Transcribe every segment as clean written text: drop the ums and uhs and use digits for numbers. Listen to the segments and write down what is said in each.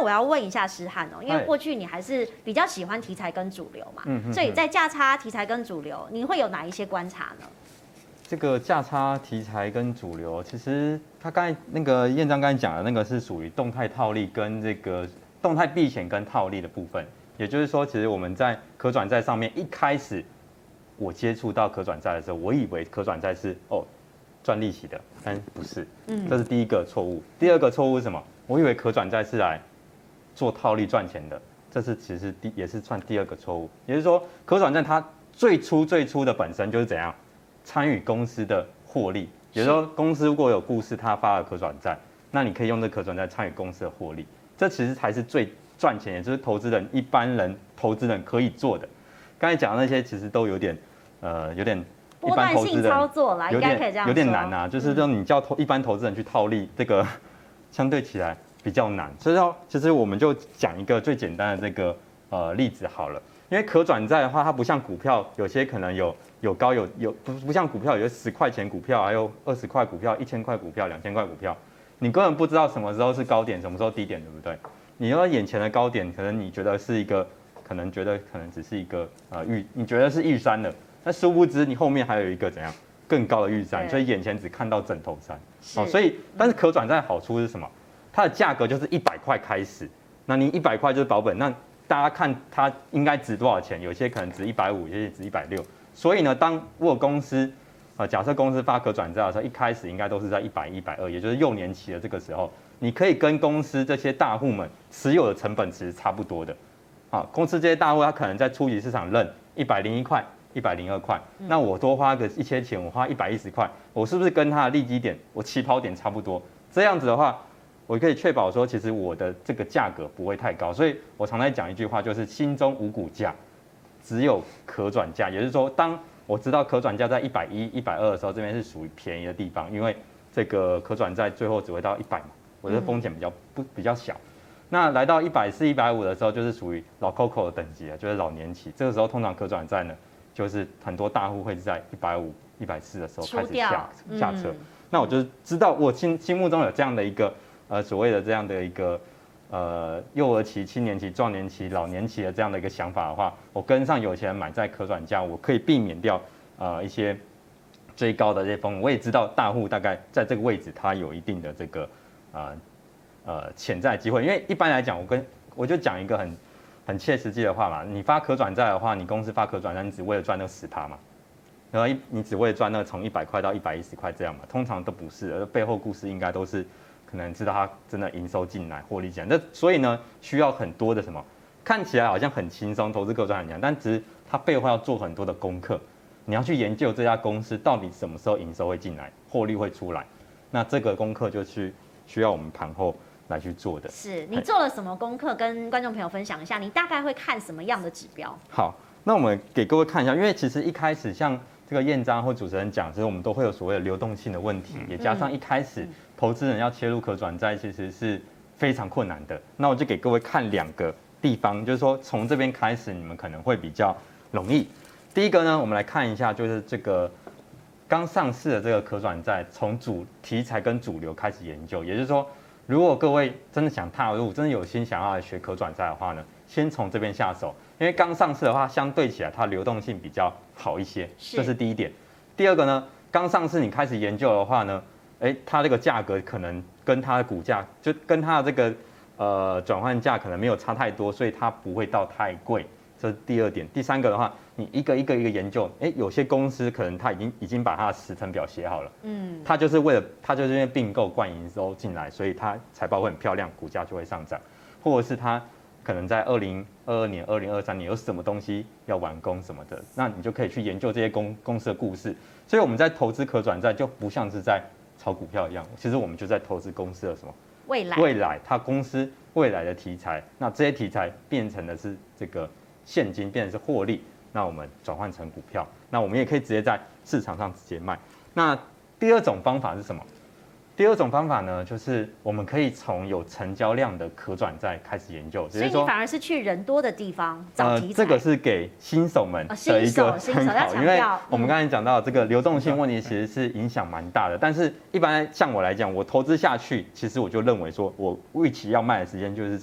我要问一下诗翰哦，因为过去你还是比较喜欢题材跟主流嘛，所以在价差题材跟主流，你会有哪一些观察呢？ 这个价差题材跟主流，其实他刚才那个彦章刚才讲的那个是属于动态套利跟这个动态避险跟套利的部分。也就是说，其实我们在可转债上面一开始我接触到可转债的时候，我以为可转债是赚利息的，但不是，这是第一个错误。第二个错误是什么？我以为可转债是来做套利赚钱的，这是其实也是算第二个错误。也就是说，可转债它最初的本身就是怎样？参与公司的获利，也就是说，公司如果有故事，它发了可转债，那你可以用这可转债参与公司的获利，这其实才是最赚钱，也就是一般投资人可以做的。刚才讲的那些其实都有点一般投资人操作啦，应该可以这样说， 有点难啊，就是说你叫一般投资人去套利，这个相对起来比较难。所以说，其实我们就讲一个最简单的这个例子好了。因为可转债的话，它不像股票，有些可能有高有不像股票，有10块钱股票，还有20块股票、1000块股票、2000块股票，你根本不知道什么时候是高点，什么时候低点，对不对？你要眼前的高点，可能你觉得是一个，可能只是一个你觉得是玉山的，那殊不知你后面还有一个怎样更高的玉山，所以眼前只看到枕头山。所以但是可转债的好处是什么？它的价格就是100块开始，那你100块就是保本，那大家看它应该值多少钱？有些可能值150，有些值160。所以呢，当如果公司假设公司发可转债的时候，一开始应该都是在110、120，也就是幼年期的这个时候，你可以跟公司这些大户们持有的成本其实差不多的。公司这些大户他可能在初级市场认101块、102块，那我多花个一些钱，我花110块，我是不是跟他的利基点、我起跑点差不多？这样子的话，我可以确保说，其实我的这个价格不会太高。所以我常在讲一句话，就是心中无股价，只有可转价。也就是说，当我知道可转价在110、120的时候，这边是属于便宜的地方，因为这个可转债最后只会到100嘛，我的风险比较小。那来到140、150的时候，就是属于老 Coco 的等级了，就是老年期。这个时候通常可转债呢，就是很多大户会在150、140的时候开始下车。那我就知道我心目中有这样的一个所谓的这样的一个幼儿期、青年期、壮年期、老年期的这样的一个想法的话，我跟上有钱人买在可转价，我可以避免掉一些追高的这些风险。我也知道大户大概在这个位置，它有一定的这个潜在机会。因为一般来讲，我就讲一个很切实际的话嘛，你发可转债的话，你公司发可转债，你只为了赚那10%嘛，然后你只为了赚那从100块到110块这样嘛，通常都不是，而背后故事应该都是可能知道它真的营收进来、获利进来。那所以呢，需要很多的什么？看起来好像很轻松，投资可转很强，但其实它背后要做很多的功课。你要去研究这家公司到底什么时候营收会进来，获利会出来。那这个功课就需要我们盘后来去做的。 是你做了什么功课？跟观众朋友分享一下，你大概会看什么样的指标？ 好，那我们给各位看一下，因为其实一开始像这个彦章或主持人讲，其实我们都会有所谓的流动性的问题，也加上一开始投资人要切入可转债，其实是非常困难的。那我就给各位看2个地方，就是说从这边开始，你们可能会比较容易。第一个呢，我们来看一下，就是这个刚上市的这个可转债，从题材跟主流开始研究。也就是说，如果各位真的想踏入，真的有心想要来学可转债的话呢，先从这边下手。因为刚上市的话，相对起来它流动性比较好一些，这是第一点。第二个呢，刚上市你开始研究的话呢，它这个价格可能跟它的股价，就跟它的这个转换价可能没有差太多，所以它不会到太贵。这是第二点。第三个的话，你一个一个研究，有些公司可能它已经把它的时程表写好了，它就是因为并购灌营收进来，所以它财报会很漂亮，股价就会上涨，或者是它可能在2022年、2023年有什么东西要完工什么的，那你就可以去研究这些公司的故事。所以我们在投资可转债就不像是在炒股票一样，其实我们就在投资公司的什么未来，它公司未来的题材，那这些题材变成的是这个现金，变成是获利，那我们转换成股票，那我们也可以直接在市场上直接卖。那第二种方法是什么？第二种方法呢，就是我们可以从有成交量的可转债开始研究， 所以你反而是去人多的地方找题材。 这个是给新手们的一个参考，因为我们刚才讲到这个流动性问题，其实是影响蛮大的。但是一般像我来讲，我投资下去，其实我就认为说，我预期要卖的时间就是在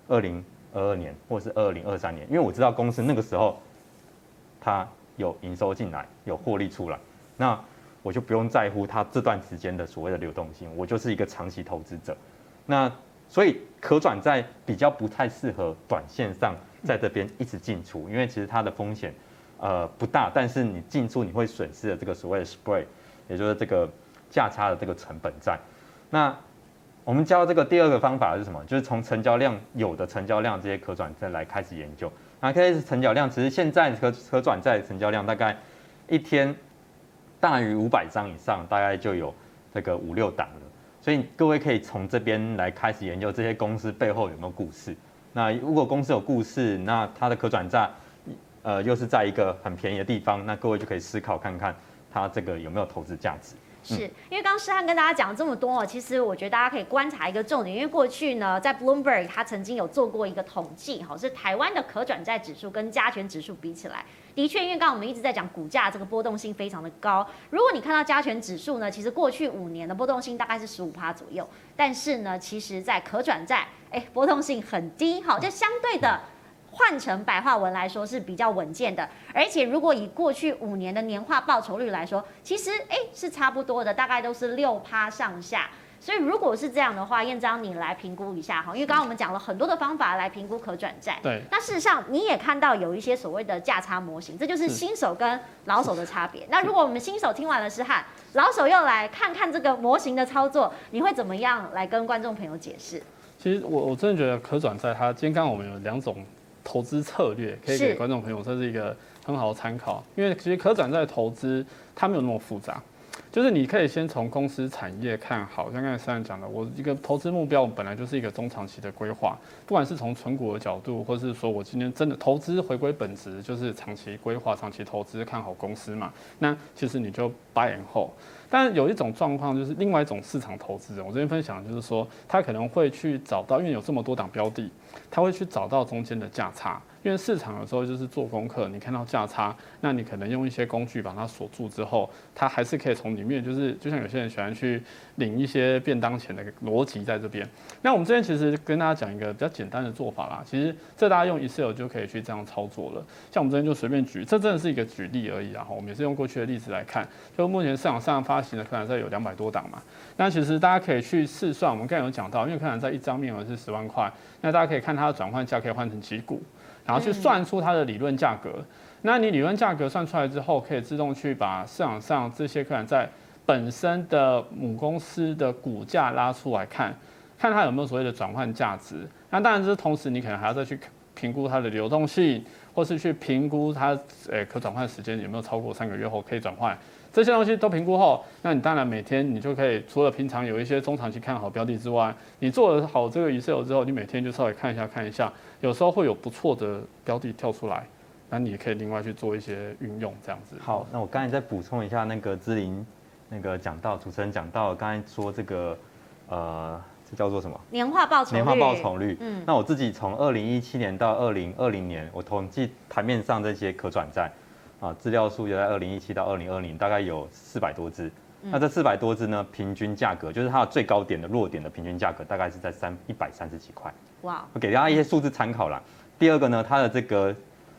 2022年或是2023年，因为我知道公司那个时候它有营收进来，有获利出来，那我就不用在乎它这段时间的所谓的流动性，我就是一个长期投资者。那所以可转债比较不太适合短线上在这边一直进出，因为其实它的风险不大，但是你进出你会损失的这个所谓的 spread， 也就是这个价差的这个成本在。那我们教这个第二个方法是什么？就是从成交量有的成交量这些可转债来开始研究。那开始成交量，其实现在可转债成交量大概一天大于500张以上，大概就有这个5、6档了。所以各位可以从这边来开始研究这些公司背后有没有故事。那如果公司有故事，那它的可转债又是在一个很便宜的地方，那各位就可以思考看看它这个有没有投资价值。 是因为刚刚诗翰跟大家讲了这么多，其实我觉得大家可以观察一个重点，因为过去呢，在 Bloomberg 它曾经有做过一个统计，是台湾的可转债指数跟加权指数比起来，的确，因为刚刚我们一直在讲股价这个波动性非常的高。如果你看到加权指数呢，其实过去5年的波动性大概是15%左右，但是呢，其实在可转债，波动性很低，就相对的。换成白话文来说是比较稳健的，而且如果以过去5年的年化报酬率来说，其实是差不多的，大概都是6%上下。所以如果是这样的话，彦章你来评估一下哈，因为刚刚我们讲了很多的方法来评估可转债。 对。 那事实上你也看到有一些所谓的价差模型，这就是新手跟老手的差别。那如果我们新手听完了诗翰，老手又来看看这个模型的操作，你会怎么样来跟观众朋友解释？ 其实我真的觉得可转债它今天刚刚我们有2种投资策略可以给观众朋友，这是一个很好的参考。因为其实可转债投资它没有那么复杂，就是你可以先从公司产业看好，像刚才诗翰讲的，我一个投资目标，我本来就是一个中长期的规划，不管是从存股的角度，或是说我今天真的投资回归本质，就是长期规划、长期投资，看好公司嘛。那其实你就 buy and hold。但有一种状况，就是另外一种市场投资人，我这边分享的就是说，他可能会去找到，因为有这么多档标的，他会去找到中间的价差。因为市场有时候就是做功课，你看到价差，那你可能用一些工具把它锁住之后，它还是可以从里面，就像有些人喜欢去领一些便当钱的逻辑在这边。那我们这边其实跟大家讲一个比较简单的做法啦，其实这大家用 Excel 就可以去这样操作了。像我们这边就随便举，这真的是一个举例而已啊，我们也是用过去的例子来看，就目前市场上发行的可转债有200多档嘛，那其实大家可以去试算，我们刚才有讲到，因为可转债一张面额是10万块，那大家可以看它的转换价可以换成几股。然后去算出它的理论价格，那你理论价格算出来之后，可以自动去把市场上这些可转债本身的母公司的股价拉出来看，看它有没有所谓的转换价值。那当然，这同时你可能还要再去评估它的流动性，或是去评估它可转换时间有没有超过3个月后可以转换。这些东西都评估后，那你当然每天你就可以除了平常有一些中长期看好标的之外，你做了好这个 Excel 之后，你每天就稍微看一下，有时候会有不错的标的跳出来，那你也可以另外去做一些运用，这样子。 好，那我刚才再补充一下，那个芝绫那个主持人讲到，刚才说这个这叫做什么？ 年化报酬率。 年化报酬率。那我自己从2017年到2020年，我统计台面上这些可转债。资料数就在2017到2020，大概有400多只。那这400多只呢，平均价格就是它的最高点的落点的平均价格，大概是在130几块。哇！我给大家一些数字参考啦。第二个呢，它的这个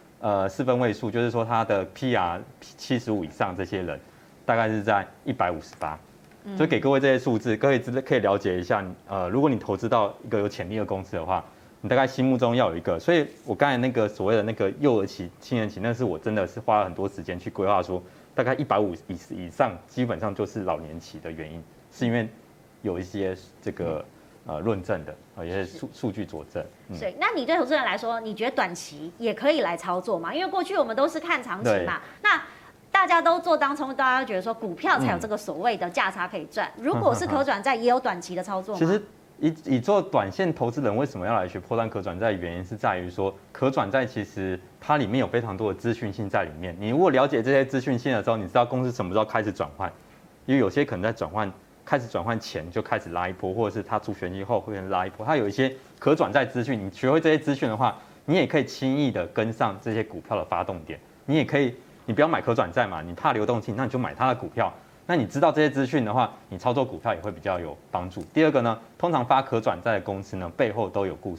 4分位数，就是说它的 PR 75以上这些人，大概是在158。所以给各位这些数字，各位可以了解一下。如果你投资到一个有潜力的公司的话，你大概心目中要有一个，所以我刚才那个所谓的那个幼儿期、青年期，那是我真的是花了很多时间去规划，说大概150以上，基本上就是老年期的原因，是因为有一些这个论证的，有一些数据佐证。 所以，那你对投资人来说，你觉得短期也可以来操作吗？因为过去我们都是看长期嘛，那大家都做当冲，大家觉得说股票才有这个所谓的价差可以赚，如果是可转债，也有短期的操作吗？ 其实以做短线投资人为什么要来学波段可转债？原因是在于说，可转债其实它里面有非常多的资讯性在里面。你如果了解这些资讯性的时候，你知道公司什么时候开始转换，因为有些可能在开始转换前就开始拉一波，或者是它除权益后会拉一波。它有一些可转债资讯，你学会这些资讯的话，你也可以轻易的跟上这些股票的发动点。你也可以，你不要买可转债嘛，你怕流动性，那你就买它的股票。那你知道这些资讯的话，你操作股票也会比较有帮助。第二个呢，通常发可转债的公司呢，背后都有故事，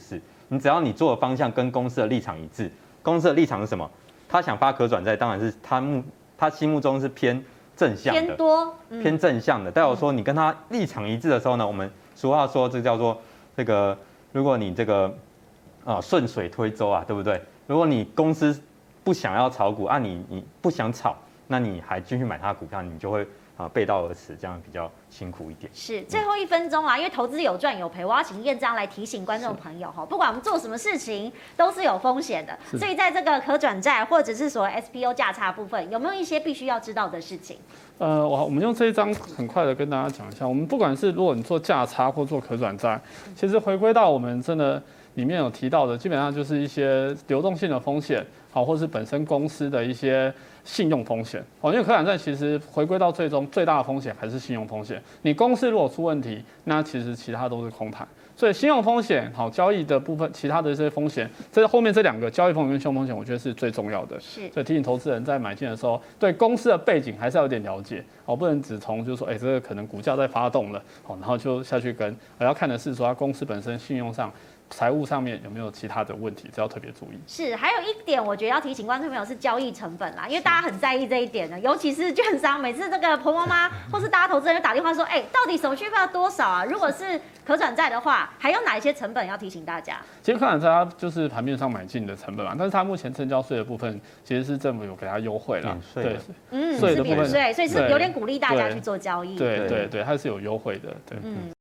你只要你做的方向跟公司的立场一致，公司的立场是什么？他想发可转债，当然是他心目中是偏正向的， 偏多， 偏正向的。代表说你跟他立场一致的时候呢，我们俗话说这叫做这个，如果你这个顺水推舟啊，对不对？如果你公司不想要炒股啊，你不想炒，那你还继续买他的股票，你就会背道而驰，这样比较辛苦一点。 是最后1分钟啊，因为投资有赚有赔，我要请燕章来提醒观众朋友哈，不管我们做什么事情都是有风险的，所以在这个可转债或者是所谓 SPO 价差部分，有没有一些必须要知道的事情？ 我们用这一张很快的跟大家讲一下，我们不管是如果你做价差或做可转债，其实回归到我们真的里面有提到的，基本上就是一些流动性的风险，好，或是本身公司的一些信用风险，因为可转债其实回归到最终最大的风险还是信用风险。你公司如果出问题，那其实其他都是空谈。所以信用风险好，交易的部分，其他的这些风险，这后面这2个交易风险跟信用风险，我觉得是最重要的。 是， 所以提醒投资人在买进的时候，对公司的背景还是要有点了解，不能只从就是说，这个可能股价在发动了，然后就下去跟，而要看的是说它公司本身信用上。财务上面有没有其他的问题，这要特别注意。 是，还有一点，我觉得要提醒观众朋友是交易成本啦，因为大家很在意这一点的，尤其是券商，每次这个婆妈妈或是大家投资人就打电话说，到底手续费要多少啊？如果是可转债的话，还有哪一些成本要提醒大家？ 其实可转债它就是盘面上买进的成本嘛，但是它目前证交税的部分其实是政府有给它优惠了， 对， 是免税，所以是有点鼓励大家去做交易。 对，它是有优惠的，对。